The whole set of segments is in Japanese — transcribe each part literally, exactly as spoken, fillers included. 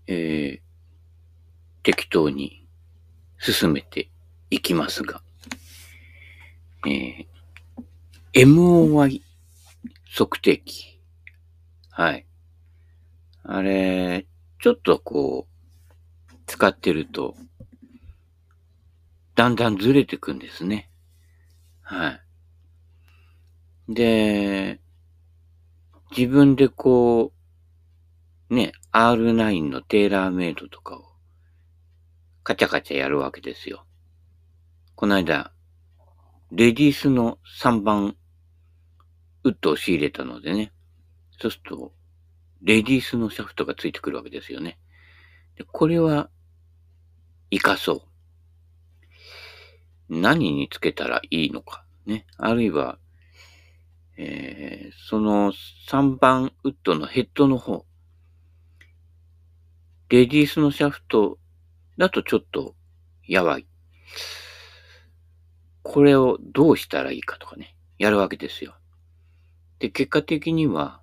えー、適当に進めていきますが、えー、エムオーワイ 測定器。はい。あれ、ちょっとこう、使ってると、だんだんずれてくんですね。はい。で、自分でこう、ね、アールナイン のテーラーメイドとかを、カチャカチャやるわけですよ。この間、レディースのさんばんウッドを仕入れたのでね。そうすると、レディースのシャフトがついてくるわけですよね。でこれは、活かそう。何につけたらいいのか。ね。あるいは、えー、そのさんばんウッドのヘッドの方。レディースのシャフトだとちょっとやばい。これをどうしたらいいかとかね。やるわけですよ。で、結果的には、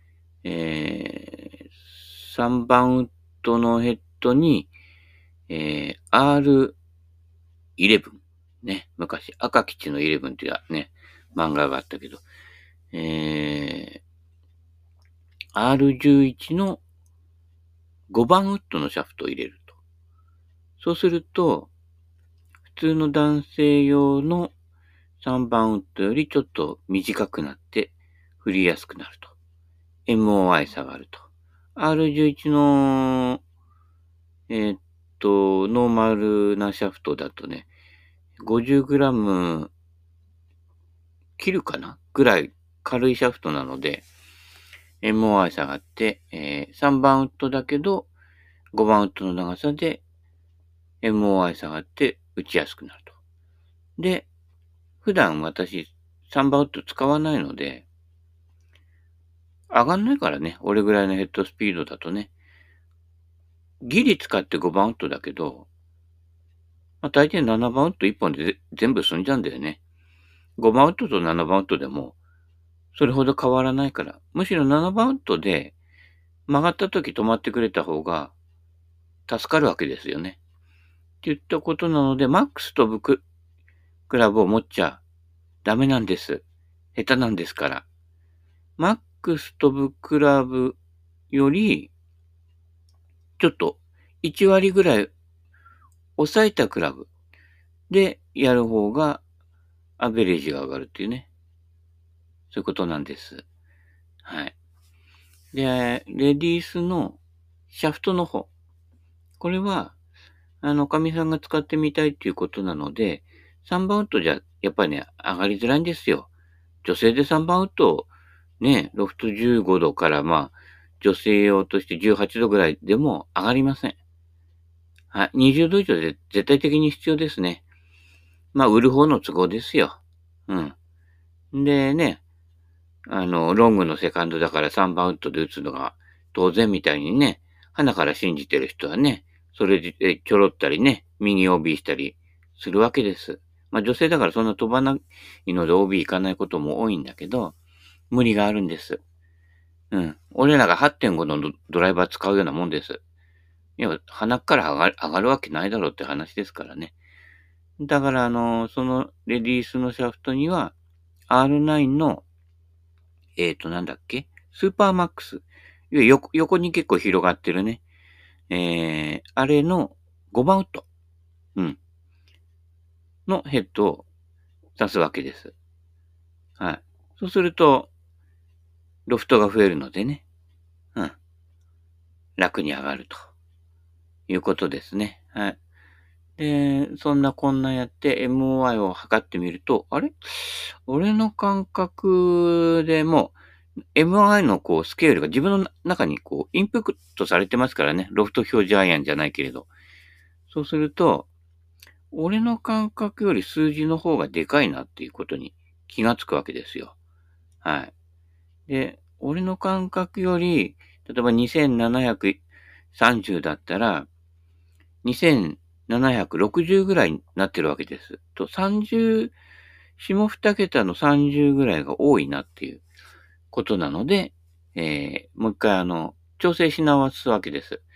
えー、さんばんウッドのヘッドに、えー、アールイレブン。ね。昔、赤吉のイレブンっていうね、漫画があったけど、えー、アールじゅういち のごばんウッドのシャフトを入れると。そうすると、普通の男性用のさんばんウッドよりちょっと短くなって振りやすくなると。エムオーアイ 下がると。アールじゅういち の、えー、っと、ノーマルなシャフトだとね、ごじゅうグラム 切るかなぐらい軽いシャフトなので、エムオーアイ 下がって、えー、さんばんウッドだけど、ごばんウッドの長さで エムオーアイ 下がって打ちやすくなると。で、普段私さんばんウッド使わないので、上がんないからね、俺ぐらいのヘッドスピードだとね。ギリ使ってごばんウッドだけど、まあ、大体ななばんウッドいっぽんで全部済んじゃうんだよね。ごばんウッドとななばんウッドでも、それほど変わらないから。むしろななばんウッドで曲がった時止まってくれた方が助かるわけですよね。って言ったことなので、マックス飛ぶクラブを持っちゃダメなんです。下手なんですから。マックス飛ぶクラブより、ちょっといち割ぐらい抑えたクラブでやる方がアベレージが上がるっていうね。そういうことなんです。はい。で、レディースのシャフトの方。これは、あの、かみさんが使ってみたいっていうことなので、さんばんウッドじゃ、やっぱりね、上がりづらいんですよ。女性でさんばんウッド、ね、ロフトじゅうごどからまあ、女性用としてじゅうはちどぐらいでも上がりません。はい。にじゅうど以上で絶対的に必要ですね。まあ、売る方の都合ですよ。うん。でね、あの、ロングのセカンドだからさんばんウッドで打つのが当然みたいにね、鼻から信じてる人はね、それでちょろったりね、右 オービー したりするわけです。まあ女性だからそんな飛ばないので オービー 行かないことも多いんだけど、無理があるんです。うん。俺らが はってんご のドライバー使うようなもんです。いや、鼻から上がる上がるわけないだろうって話ですからね。だから、あの、そのレディースのシャフトには アールナイン の、えっと、なんだっけスーパーマックス。横横に結構広がってるね。えー、あれのごばんウッド。うん。のヘッドを刺すわけです。はい。そうすると、ロフトが増えるのでね。うん。楽に上がるということですね。はい。で、そんなこんなやって エムオーアイ を測ってみると、あれ俺の感覚でも、エムオーアイ のこうスケールが自分の中にこうインプットされてますからね。ロフト表示アイアンじゃないけれど。そうすると、俺の感覚より数字の方がでかいなっていうことに気がつくわけですよ。はい。で、俺の感覚より、例えばにせんななひゃくさんじゅうだったら、にせんななひゃくろくじゅうぐらいになってるわけです。と、さんじゅう、下二桁のさんじゅうぐらいが多いなっていうことなので、えー、もう一回あの、調整し直すわけです。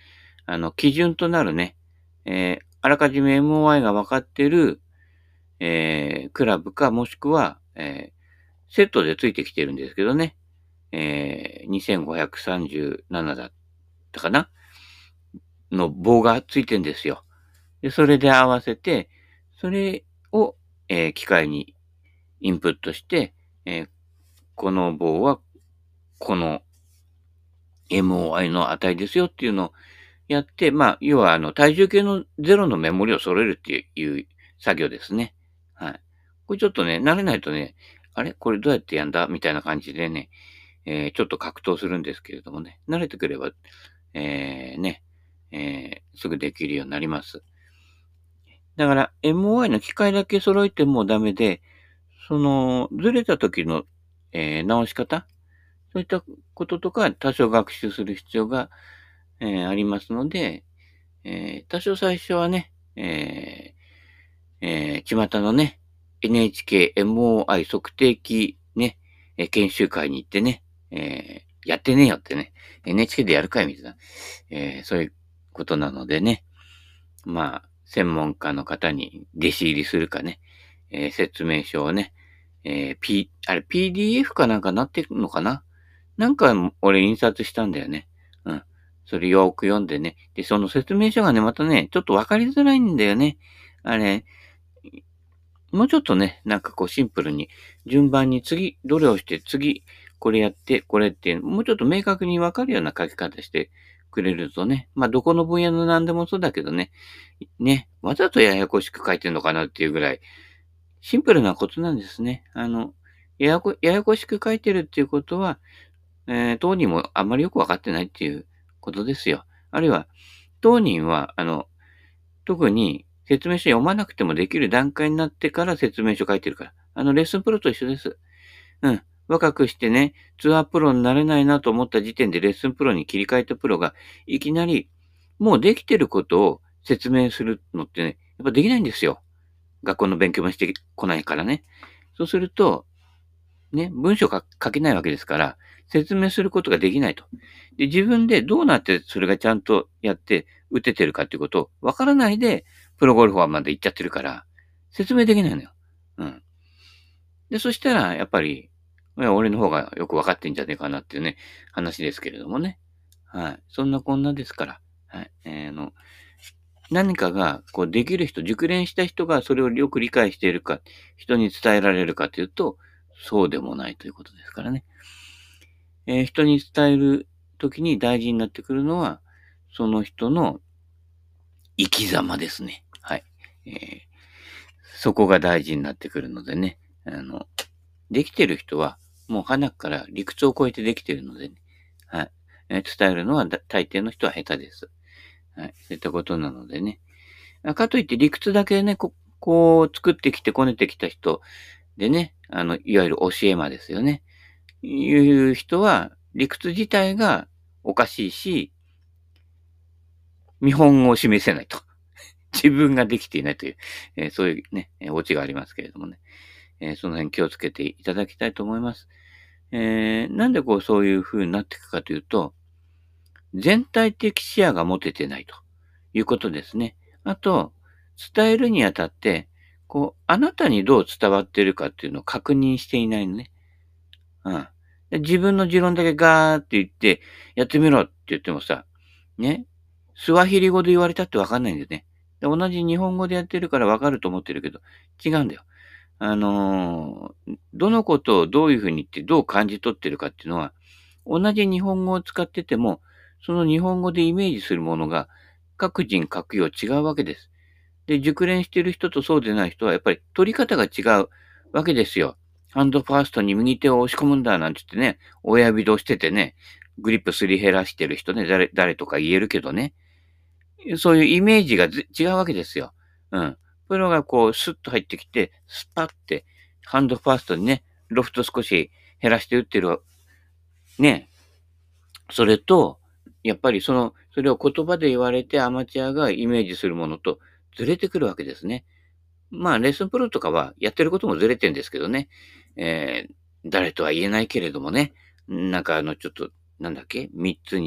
あの、基準となるね、えー、あらかじめ エムオーアイ が分かってる、えー、クラブか、もしくは、えー、セットでついてきてるんですけどね。えー、にせんごひゃくさんじゅうななだったかなの棒がついてんですよ。で、それで合わせて、それを、えー、機械にインプットして、えー、この棒は、この エムオーアイ の値ですよっていうのをやって、まあ、要は、あの、体重計のゼロのメモリを揃えるっていう作業ですね。はい。これちょっとね、慣れないとね、あれこれどうやってやんだみたいな感じでね、えー、ちょっと格闘するんですけれどもね、慣れてくれば、えー、ね、えー、すぐできるようになります。だから、エムオーアイ の機械だけ揃えてもダメで、その、ずれた時の、えー、直し方そういったこととか多少学習する必要が、えー、ありますので、えー、多少最初はね、えー、えー、巷のね、エヌエイチケーエムオーアイ 測定器ね、えー研修会に行ってね、えー、やってねえよってね、エヌエイチケー でやるかいみたいな、えー、そういうことなのでね、まあ、専門家の方に弟子入りするかね、えー説明書をね、えー、P、あれ ピーディーエフ かなんかなってるのかななんか俺印刷したんだよね。うん。それよーく読んでね。で、その説明書がね、またね、ちょっとわかりづらいんだよね。あれ、もうちょっとね、なんかこうシンプルに、順番に次、どれをして、次、これやって、これっていう、もうちょっと明確にわかるような書き方してくれるとね、まあどこの分野の何でもそうだけどね、ね、わざとややこしく書いてんのかなっていうぐらい、シンプルなことなんですね。あの、ややこ、ややこしく書いてるっていうことは、えー当人もあんまりよくわかってないっていうことですよ。あるいは、当人は、あの、特に説明書読まなくてもできる段階になってから説明書書いてるから。あの、レッスンプロと一緒です。うん。若くしてね、ツアープロになれないなと思った時点でレッスンプロに切り替えたプロが、いきなり、もうできてることを説明するのってね、やっぱできないんですよ。学校の勉強もしてこないからね。そうすると、ね、文章が書けないわけですから、説明することができないと。で、自分でどうなってそれがちゃんとやって打ててるかっていうことをわからないで、プロゴルファーまで行っちゃってるから、説明できないのよ。うん。で、そしたら、やっぱり、いや俺の方がよくわかってんじゃねえかなっていうね、話ですけれどもね。はい。そんなこんなですから。はい。えー、あの、何かが、こう、できる人、熟練した人がそれをよく理解しているか、人に伝えられるかというと、そうでもないということですからね。えー人に伝えるときに大事になってくるのは、その人の生き様ですね。はい。えーそこが大事になってくるのでね。あの、できてる人は、もう鼻から理屈を超えてできてるのでね。はい。えー伝えるのはだ大抵の人は下手です。はい。そういったことなのでね。あかといって理屈だけね、ここう作ってきてこねてきた人でね、あの、いわゆる教え魔ですよね。いう人は、理屈自体がおかしいし、見本を示せないと。自分ができていないという、えーそういうね、えーオチがありますけれどもね。えーその辺気をつけていただきたいと思います。えーなんでこうそういう風になっていくかというと、全体的視野が持ててないということですね。あと、伝えるにあたって、こう、あなたにどう伝わっているかっていうのを確認していないのね。うん。で自分の持論だけガーって言って、やってみろって言ってもさ、ね、スワヒリ語で言われたってわかんないんだよね。で同じ日本語でやってるからわかると思ってるけど、違うんだよ。あのーどのことをどういうふうに言ってどう感じ取ってるかっていうのは、同じ日本語を使ってても、その日本語でイメージするものが各人各用違うわけです。で、熟練している人とそうでない人は、やっぱり取り方が違うわけですよ。ハンドファーストに右手を押し込むんだなんて言ってね、親指同しててね、グリップすり減らしてる人ね、誰、誰とか言えるけどね、そういうイメージがず違うわけですよ。うん。プロがこう、スッと入ってきて、スパって、ハンドファーストにね、ロフト少し減らして打ってる、ね、それと、やっぱりその、それを言葉で言われてアマチュアがイメージするものとずれてくるわけですね。まあ、レッスンプロとかはやってることもずれてるんですけどね。えー誰とは言えないけれどもね。なんかあの、ちょっと、なんだっけ三つに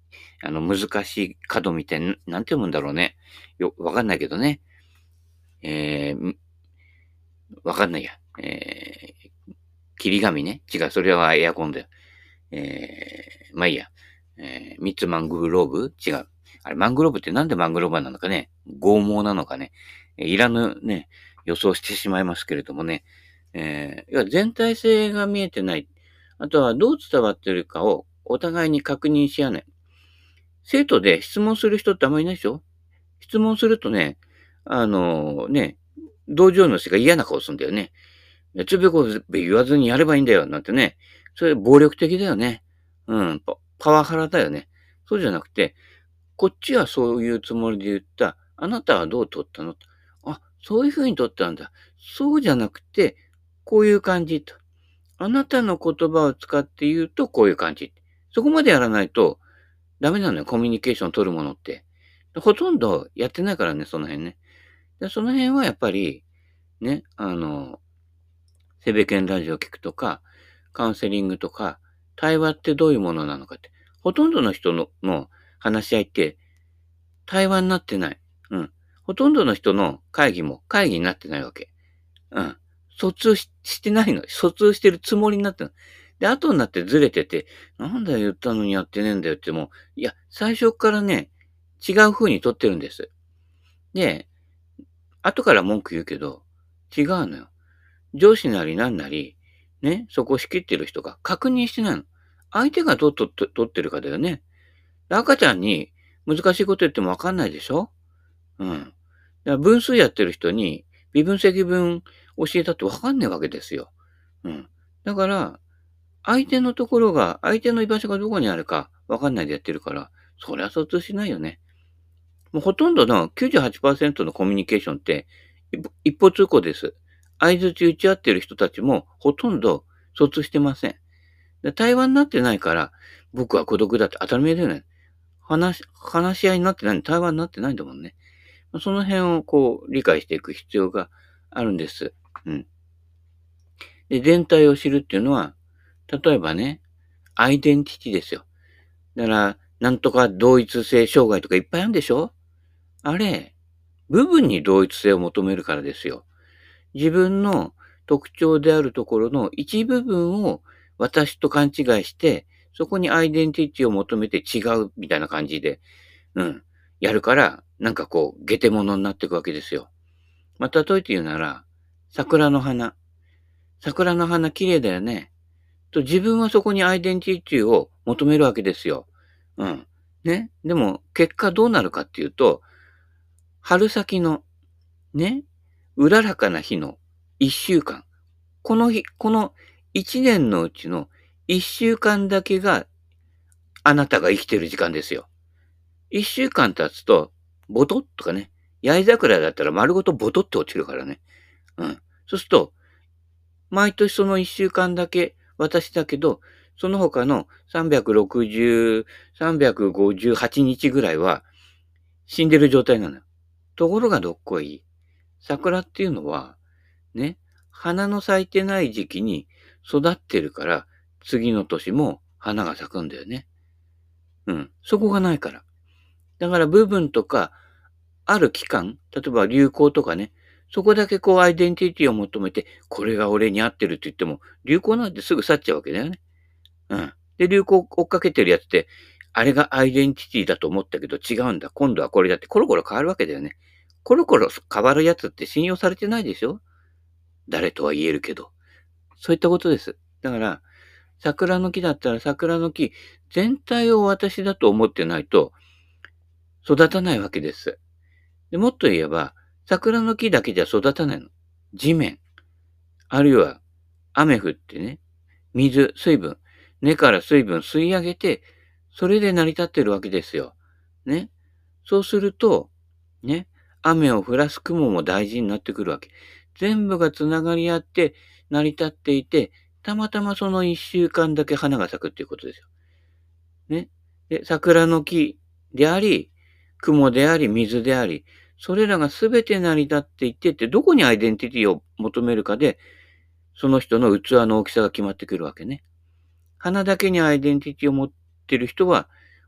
あの、難しい角みたいな、なんて読むんだろうね。よ、わかんないけどね。えー、わかんないや。えー、霧紙ね。違う、それはエアコンだよ。えー、まあいいや。えー、ミツマングローブ違う。あれ、マングローブってなんでマングローブなのかね。剛毛なのかね。えいらぬね、予想してしまいますけれどもね。えー、いや、全体性が見えてない。あとは、どう伝わってるかをお互いに確認し合わない。生徒で質問する人ってあんまりいないでしょ？質問するとね、あのね、同情の人が嫌な顔するんだよね。つべこべ言わずにやればいいんだよ、なんてね。それ暴力的だよね。うん、パパワハラだよね。そうじゃなくて、こっちはそういうつもりで言った。あなたはどう取ったの？あ、そういうふうに取ったんだ。そうじゃなくて、こういう感じと。あなたの言葉を使って言うと、こういう感じ。そこまでやらないと、ダメなのよ、コミュニケーションを取るものって。ほとんどやってないからね、その辺ね。でその辺はやっぱり、ね、あの、セベケンラジオを聞くとか、カウンセリングとか、対話ってどういうものなのかって。ほとんどの人のの話し合いって、対話になってない。うん。ほとんどの人の会議も会議になってないわけ。うん。疎通ししてないの。疎通してるつもりになってるの。で、後になってずれてて、なんだよ言ったのにやってねえんだよってもう、いや、最初からね、違う風に取ってるんです。で、後から文句言うけど、違うのよ。上司なりなんなり、ね、そこを仕切ってる人が確認してないの。相手がどうと取ってるかだよね。赤ちゃんに難しいこと言ってもわかんないでしょ？うん。だから分数やってる人に微分積分教えたってわかんないわけですよ。うん。だから、相手のところが、相手の居場所がどこにあるかわかんないでやってるから、そりゃ疎通しないよね。もうほとんどのきゅうじゅうはちパーセントのコミュニケーションって一方通行です。相づち打ち合ってる人たちもほとんど疎通してません。で対話になってないから、僕は孤独だって当たり前だよね。話、話し合いになってない、対話になってないんだもんね。その辺をこう理解していく必要があるんです。うん。で、全体を知るっていうのは、例えばね、アイデンティティですよ。だから、なんとか同一性障害とかいっぱいあるんでしょ？あれ、部分に同一性を求めるからですよ。自分の特徴であるところの一部分を私と勘違いして、そこにアイデンティティを求めて違うみたいな感じで、うん、やるから、なんかこう、下手者になっていくわけですよ。まあ、例えて言うなら、桜の花。桜の花綺麗だよね。と自分はそこにアイデンティティを求めるわけですよ。うん。ね。でも、結果どうなるかっていうと、春先の、ね、うららかな日の一週間。この日、この一年のうちの一週間だけがあなたが生きてる時間ですよ。一週間経つと、ボトッとかね、八重桜だったら丸ごとボトッと落ちるからね。うん。そうすると、毎年その一週間だけ私だけど、その他のさんびゃくろくじゅう、さんびゃくごじゅうはちにちぐらいは死んでる状態なのよ。ところがどっこい。桜っていうのは、ね、花の咲いてない時期に育ってるから、次の年も花が咲くんだよね。うん。そこがないから。だから部分とか、ある期間、例えば流行とかね、そこだけこうアイデンティティを求めて、これが俺に合ってるって言っても、流行なんてすぐ去っちゃうわけだよね。うん。で、流行追っかけてるやつって、あれがアイデンティティだと思ったけど違うんだ。今度はこれだってコロコロ変わるわけだよね。コロコロ変わるやつって信用されてないでしょ？誰とは言えるけど。そういったことです。だから、桜の木だったら桜の木全体を私だと思ってないと育たないわけです。でもっと言えば、桜の木だけじゃ育たないの。地面、あるいは雨降ってね、水、水分、根から水分吸い上げて、それで成り立ってるわけですよ。ね。そうすると、ね、雨を降らす雲も大事になってくるわけ。全部がつながり合って成り立っていて、たまたまその一週間だけ花が咲くっていうことですよ。ね。で、桜の木であり、雲であり、水であり、それらがすべて成り立っていてって、どこにアイデンティティを求めるかで、その人の器の大きさが決まってくるわけね。花だけにアイデンティティを持ってる人は、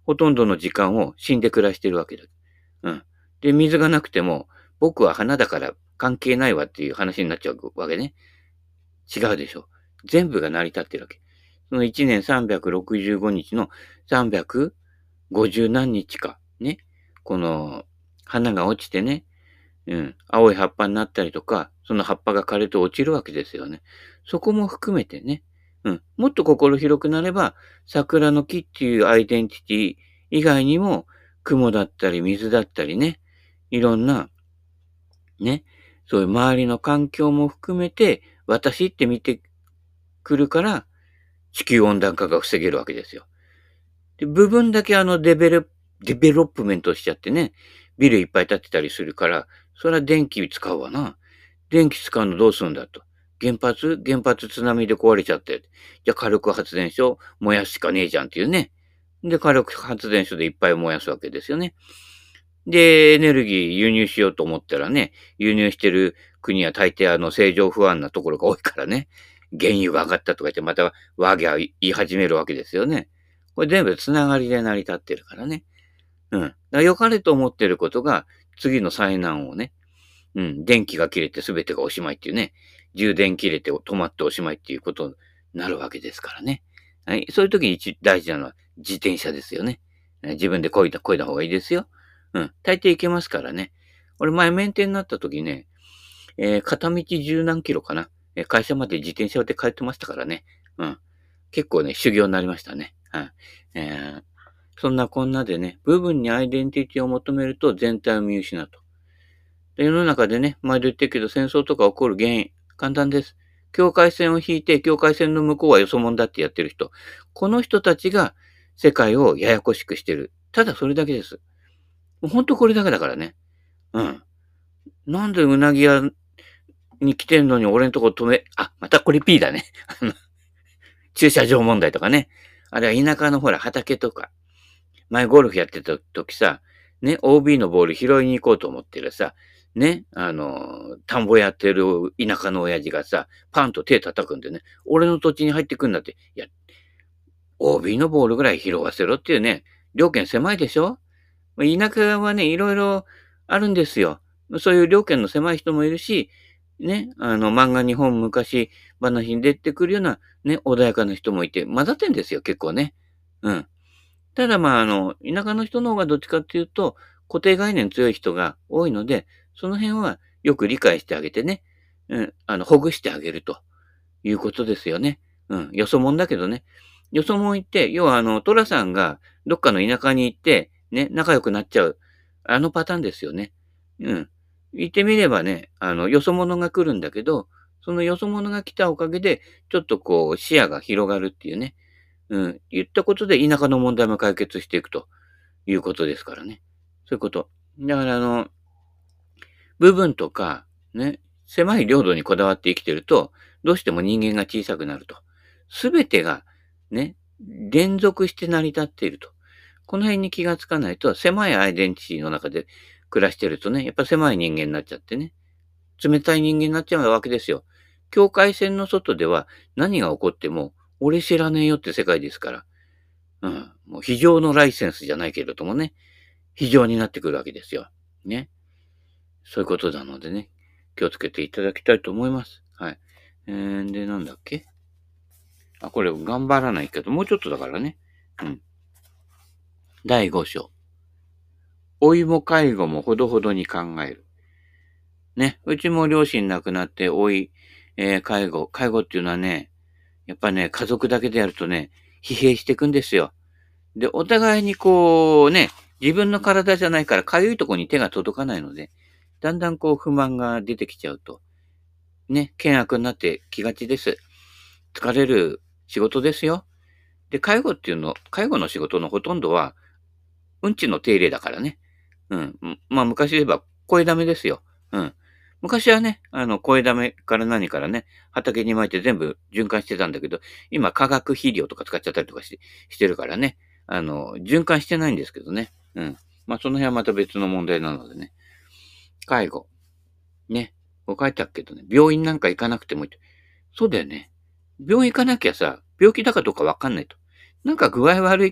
ほとんどの時間を死んで暮らしてるわけだ。うん。で、水がなくても、僕は花だから関係ないわっていう話になっちゃうわけね。違うでしょ。全部が成り立ってるわけ。そのいちねんさんびゃくろくじゅうごにちのさんびゃくごじゅう何日か、ね。この、花が落ちてね、うん、青い葉っぱになったりとか、その葉っぱが枯れて落ちるわけですよね。そこも含めてね、うん、もっと心広くなれば、桜の木っていうアイデンティティ以外にも、雲だったり水だったりね、いろんな、ね、そういう周りの環境も含めて、私って見てくるから、地球温暖化が防げるわけですよ。で、部分だけあのデベロ、デベロップメントしちゃってね、ビルいっぱい建てたりするから、それは電気使うわな。電気使うのどうするんだと。原発原発津波で壊れちゃって。じゃあ火力発電所燃やすしかねえじゃんっていうね。で、火力発電所でいっぱい燃やすわけですよね。で、エネルギー輸入しようと思ったらね、輸入してる国は大抵あの正常不安なところが多いからね。原油が上がったとか言ってまたわぎゃ言い始めるわけですよね。これ全部つながりで成り立ってるからね。うん。だから良かれと思ってることが次の災難をね、うん、電気が切れて全てがおしまいっていうね、充電切れて止まっておしまいっていうことになるわけですからね。はい。そういう時に一大事なのは自転車ですよね。自分で漕いだ、漕いだ方がいいですよ。うん。大抵行けますからね。俺前メンテになった時ね、えー片道十何キロかな。えー会社まで自転車で帰ってましたからね。うん。結構ね、修行になりましたね。はい。えーそんなこんなでね、部分にアイデンティティを求めると全体を見失うと。で世の中でね、毎度言ってるけど戦争とか起こる原因、簡単です。境界線を引いて、境界線の向こうはよそ者だってやってる人。この人たちが世界をややこしくしてる。ただそれだけです。もうほんとこれだけだからね。うん。なんでうなぎ屋に来てんのに俺んとこ止め、あ、またこれ P だね。あの、駐車場問題とかね。あるいは田舎のほら畑とか。前ゴルフやってた時さ、ね、オービー のボール拾いに行こうと思ってるさ、ね、あの、田んぼやってる田舎の親父がさ、パンと手叩くんでね、俺の土地に入ってくんだって、いや、オービー のボールぐらい拾わせろっていうね、料金狭いでしょ。田舎はね、いろいろあるんですよ。そういう料金の狭い人もいるし、ね、あの、漫画日本昔話に出てくるような、ね、穏やかな人もいて、混ざってんですよ、結構ね。うん。ただ、まあ、あの、田舎の人の方がどっちかっていうと、固定概念強い人が多いので、その辺はよく理解してあげてね、うん、あの、ほぐしてあげるということですよね。うん、よそもんだけどね。よそもん行って、要はあの、トラさんがどっかの田舎に行って、ね、仲良くなっちゃう。あのパターンですよね。うん。言ってみればね、あの、よそ者が来るんだけど、そのよそ者が来たおかげで、ちょっとこう、視野が広がるっていうね。うん。言ったことで田舎の問題も解決していくということですからね。そういうこと。だからあの、部分とか、ね、狭い領土にこだわって生きてると、どうしても人間が小さくなると。すべてが、ね、連続して成り立っていると。この辺に気がつかないと、狭いアイデンティティの中で暮らしてるとね、やっぱ狭い人間になっちゃってね、冷たい人間になっちゃうわけですよ。境界線の外では何が起こっても、俺知らねえよって世界ですから。うん。もう非常のライセンスじゃないけれどもね、非常になってくるわけですよ。ね。そういうことなのでね、気をつけていただきたいと思います。はい。えー、で、なんだっけあ、これ頑張らないけど、もうちょっとだからね。うん。だいご章。老いも介護もほどほどに考える。ね。うちも両親亡くなって、老い、えー、介護。介護っていうのはね、やっぱね、家族だけでやるとね、疲弊していくんですよ。で、お互いにこうね、自分の体じゃないから痒いところに手が届かないので、だんだんこう不満が出てきちゃうと、ね、険悪になってきがちです。疲れる仕事ですよ。で、介護っていうの、介護の仕事のほとんどは、うんちの手入れだからね。うん。まあ昔で言えば声ダメですよ。うん。昔はね、あの、声ダメから何からね、畑に巻いて全部循環してたんだけど、今化学肥料とか使っちゃったりとかししてるからね、あの、循環してないんですけどね。うん。まあその辺はまた別の問題なのでね。介護。ね。こう書いてあるけどね、病院なんか行かなくてもいい。そうだよね。病院行かなきゃさ、病気だかどうかわかんないと。なんか具合悪いけど、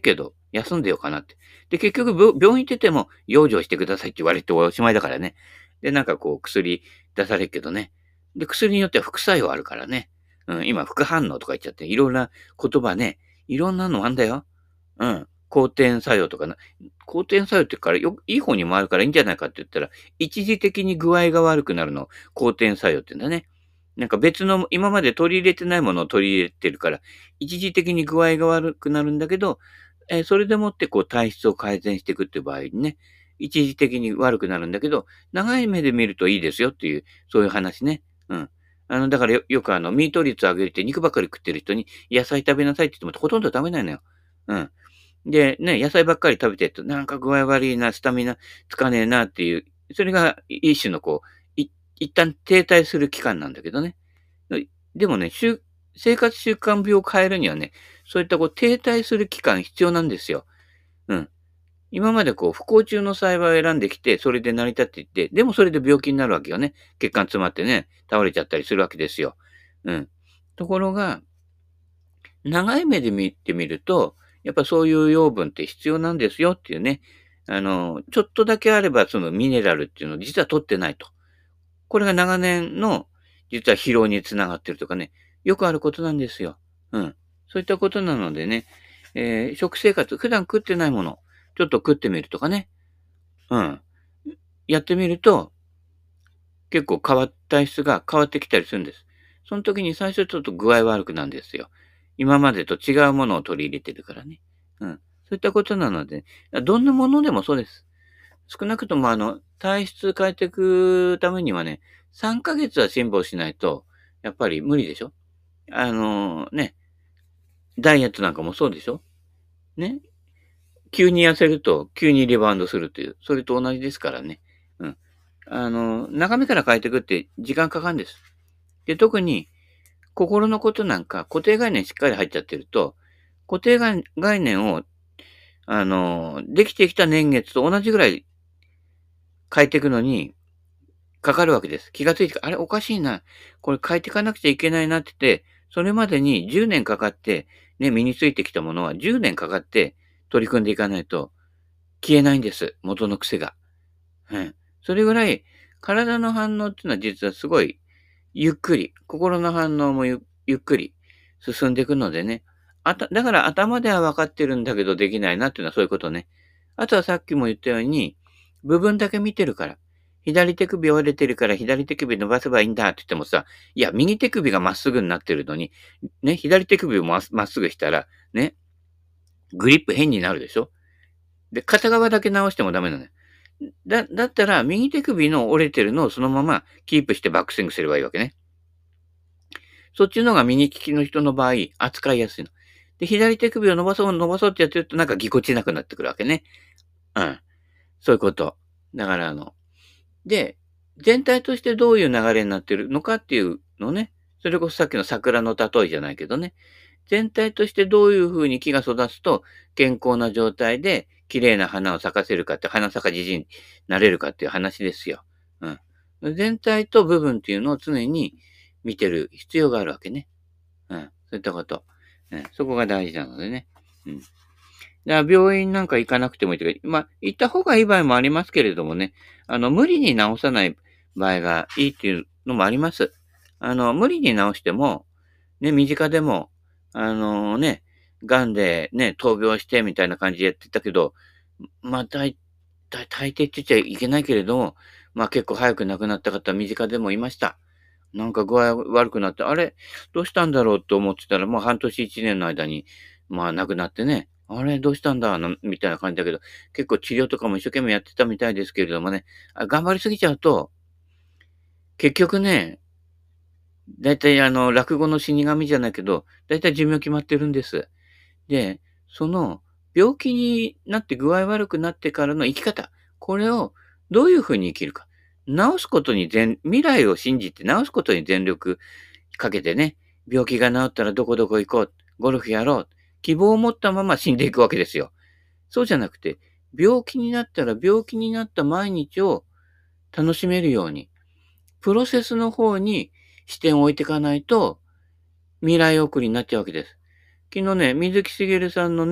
休んでようかなって。で、結局、病病院行ってても、養生してくださいって言われておしまいだからね。で、なんかこう、薬出されるけどね。で、薬によっては副作用あるからね。うん、今、副反応とか言っちゃって、いろんな言葉ね、いろんなのあんだよ。うん。好転作用とかな。好転作用って言うから、よいい方にもあるからいいんじゃないかって言ったら、一時的に具合が悪くなるのを好転作用って言うんだね。なんか別の、今まで取り入れてないものを取り入れてるから、一時的に具合が悪くなるんだけど、えーそれでもってこう体質を改善していくっていう場合にね、一時的に悪くなるんだけど、長い目で見るといいですよっていう、そういう話ね。うん。あの、だからよ、よくあの、ミート率を上げて肉ばっかり食ってる人に野菜食べなさいって言ってもほとんど食べないのよ。うん。で、ね、野菜ばっかり食べてると、なんか具合悪いな、スタミナつかねえなっていう、それが一種のこう、い一旦停滞する期間なんだけどね。でもね、しゅ生活習慣病を変えるにはね、そういったこう停滞する期間必要なんですよ。うん。今までこう不幸中の幸いを選んできて、それで成り立っていって、でもそれで病気になるわけよね。血管詰まってね、倒れちゃったりするわけですよ。うん。ところが、長い目で見てみると、やっぱそういう養分って必要なんですよっていうね。あの、ちょっとだけあればそのミネラルっていうのを実は取ってないと。これが長年の実は疲労につながってるとかね、よくあることなんですよ。うん。そういったことなのでね、えー食生活、普段食ってないもの、ちょっと食ってみるとかね。うん。やってみると、結構変わった体質が変わってきたりするんです。その時に最初ちょっと具合悪くなるんですよ。今までと違うものを取り入れてるからね。うん。そういったことなので、どんなものでもそうです。少なくともあの、体質変えていくためにはね、さんかげつは辛抱しないと、やっぱり無理でしょ。あのね、ダイエットなんかもそうでしょ。ね。急に痩せると、急にリバウンドするという、それと同じですからね。うん。あの、中身から変えていくって時間かかるんです。で、特に心のことなんか固定概念しっかり入っちゃってると、固定概概念を、あの、できてきた年月と同じぐらい変えていくのにかかるわけです。気がついて、あれおかしいな。これ変えていかなくちゃいけないなって言って、それまでにじゅうねんかかって、ね、身についてきたものはじゅうねんかかって取り組んでいかないと消えないんです。元の癖が。うん。それぐらい、体の反応っていうのは実はすごいゆっくり、心の反応もゆゆっくり進んでいくのでね。あただから頭では分かってるんだけどできないなっていうのはそういうことね。あとはさっきも言ったように、部分だけ見てるから。左手首折れてるから左手首伸ばせばいいんだって言ってもさ、いや、右手首がまっすぐになってるのに、ね、左手首をまっまっすぐしたら、ね、グリップ変になるでしょ。で、片側だけ直してもダメなのよ。だ、だったら、右手首の折れてるのをそのままキープしてバックスイングすればいいわけね。そっちの方が右利きの人の場合、扱いやすいの。で、左手首を伸ばそう、伸ばそうってやってると、なんかぎこちなくなってくるわけね。うん。そういうこと。だから、あの、で、全体としてどういう流れになってるのかっていうのね。それこそさっきの桜の例えじゃないけどね。全体としてどういう風に木が育つと健康な状態で綺麗な花を咲かせるかって、花咲かじじになれるかっていう話ですよ。うん。全体と部分っていうのを常に見てる必要があるわけね。うん。そういったこと。うん。そこが大事なのでね。うん。だから病院なんか行かなくてもいいというか、まあ、行った方がいい場合もありますけれどもね、あの、無理に治さない場合がいいっていうのもあります。あの、無理に治しても、ね、身近でも、あのね、癌でね、闘病してみたいな感じでやってたけど、まあ、大大大抵って言っちゃいけないけれども、まあ結構早く亡くなった方、身近でもいました。なんか具合悪くなって、あれどうしたんだろうと思ってたら、もう半年一年の間に、まあ亡くなってね、あれどうしたんだなみたいな感じだけど、結構治療とかも一生懸命やってたみたいですけれどもね、あ頑張りすぎちゃうと、結局ね、だいたいあの、落語の死神じゃないけど、だいたい寿命決まってるんです。で、その、病気になって具合悪くなってからの生き方、これをどういうふうに生きるか。治すことに全、未来を信じて治すことに全力かけてね、病気が治ったらどこどこ行こう、ゴルフやろう、希望を持ったまま死んでいくわけですよ。そうじゃなくて、病気になったら病気になった毎日を楽しめるように、プロセスの方に視点を置いていかないと、未来送りになっちゃうわけです。昨日ね、水木しげるさんのね、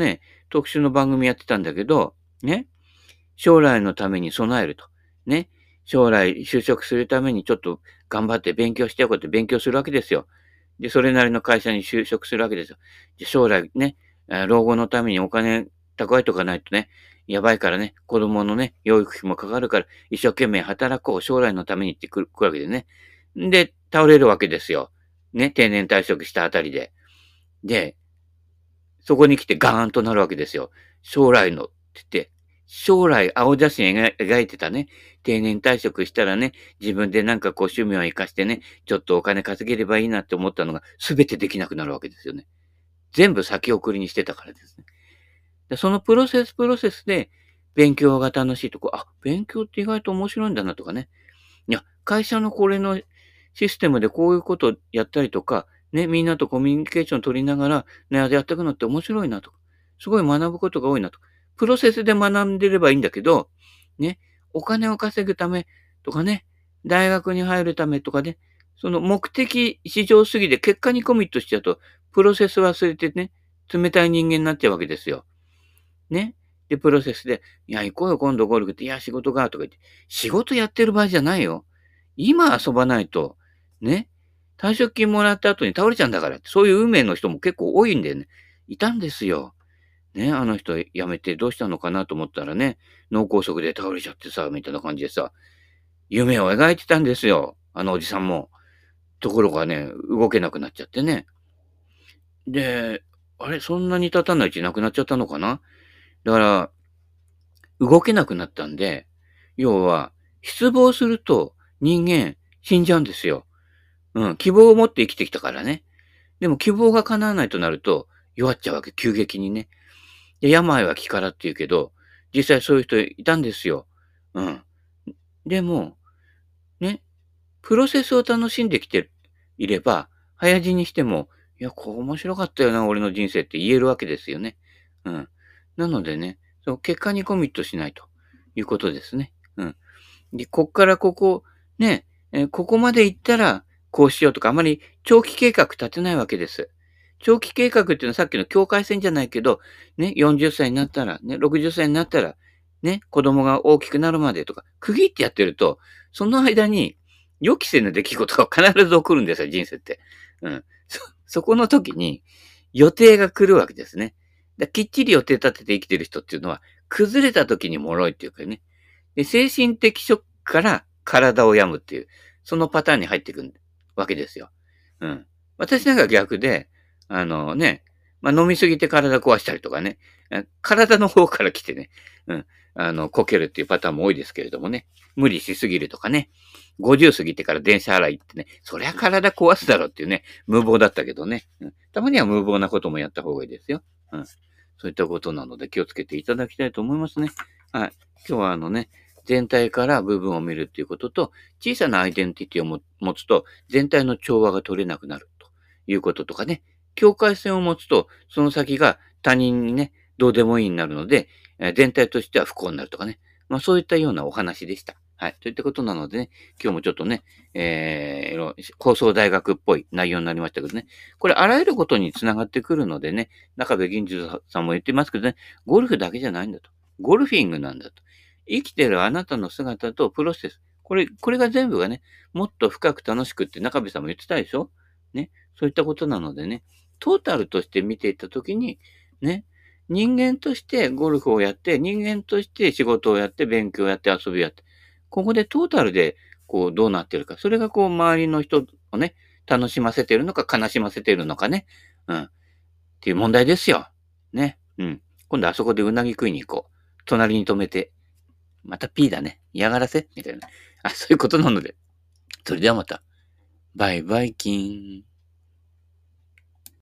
特殊の番組やってたんだけど、ね、将来のために備えると。ね、将来就職するためにちょっと頑張って勉強してよこうって勉強するわけですよ。で、それなりの会社に就職するわけですよ。で、将来ね、えー老後のためにお金蓄えとかないとね、やばいからね、子供のね、養育費もかかるから、一生懸命働こう、将来のためにってくる来るわけでね。で、倒れるわけですよ。ね、定年退職したあたりで。で、そこに来てガーンとなるわけですよ。将来のって言って、将来青写真描描いてたね、定年退職したらね、自分でなんかこう趣味を活かしてね、ちょっとお金稼げればいいなって思ったのが全てできなくなるわけですよね。全部先送りにしてたからですね。で、そのプロセスプロセスで勉強が楽しいとこ、あ、勉強って意外と面白いんだなとかね。いや、会社のこれのシステムでこういうことやったりとか、ね、みんなとコミュニケーション取りながら、ね、やっていくのって面白いなと。すごい学ぶことが多いなと。プロセスで学んでればいいんだけど、ね、お金を稼ぐためとかね、大学に入るためとかね、その目的至上主義で結果にコミットしちゃうと、プロセス忘れてね、冷たい人間になっちゃうわけですよ。ね。で、プロセスで、いや、行こうよ、今度ゴルフって、いや、仕事が、とか言って、仕事やってる場合じゃないよ。今遊ばないと、ね。退職金もらった後に倒れちゃうんだからって、そういう運命の人も結構多いんでね、いたんですよ。ね、あの人辞めてどうしたのかなと思ったらね、脳梗塞で倒れちゃってさ、みたいな感じでさ、夢を描いてたんですよ。あのおじさんも。ところがね、動けなくなっちゃってね。で、あれ、そんなに経たないうちに亡くなっちゃったのかな。だから、動けなくなったんで、要は、失望すると人間死んじゃうんですよ。うん、希望を持って生きてきたからね。でも希望が叶わないとなると弱っちゃうわけ、急激にね。で、病は気からって言うけど、実際そういう人いたんですよ。うん。でも、ね、プロセスを楽しんできていれば、早死にしても、いや、こう面白かったよな、俺の人生って言えるわけですよね。うん。なのでね、そう、結果にコミットしないということですね。うん。で、こっからここ、ね、えーここまで行ったら、こうしようとか、あまり長期計画立てないわけです。長期計画っていうのはさっきの境界線じゃないけど、ね、よんじゅっさいになったら、ね、ろくじゅっさいになったら、ね、子供が大きくなるまでとか、区切ってやってると、その間に予期せぬ出来事が必ず起こるんですよ、人生って。うん。そ、そこの時に予定が来るわけですね。だきっちり予定立てて生きてる人っていうのは、崩れた時に脆いっていうかね。で、精神的ショックから体を病むっていう、そのパターンに入っていくわけですよ。うん。私なんか逆で、あのね、まあ、飲みすぎて体壊したりとかね、体の方から来てね、うん、あの、こけるっていうパターンも多いですけれどもね、無理しすぎるとかね、ごじゅう過ぎてから電車洗いってね、そりゃ体壊すだろうっていうね、無謀だったけどね、うん、たまには無謀なこともやった方がいいですよ。うん。そういったことなので気をつけていただきたいと思いますね。はい。今日はあのね、全体から部分を見るっていうことと、小さなアイデンティティを持つと、全体の調和が取れなくなるということとかね、境界線を持つと、その先が他人にね、どうでもいいになるので、全体としては不幸になるとかね。まあそういったようなお話でした。はい。といったことなのでね、今日もちょっとね、えー、放送大学っぽい内容になりましたけどね、これあらゆることにつながってくるのでね、中部銀次さんも言ってますけどね、ゴルフだけじゃないんだと。ゴルフィングなんだと。生きてるあなたの姿とプロセス。これ、これが全部がね、もっと深く楽しくって中部さんも言ってたでしょね。そういったことなのでね、トータルとして見ていったときに、ね、人間としてゴルフをやって、人間として仕事をやって、勉強をやって、遊びをやって、ここでトータルで、こう、どうなってるか。それがこう、周りの人をね、楽しませてるのか、悲しませてるのかね。うん。っていう問題ですよ。ね。うん。今度あそこでうなぎ食いに行こう。隣に止めて。また P だね。嫌がらせみたいな。あ、そういうことなので。それではまた。バイバイキン。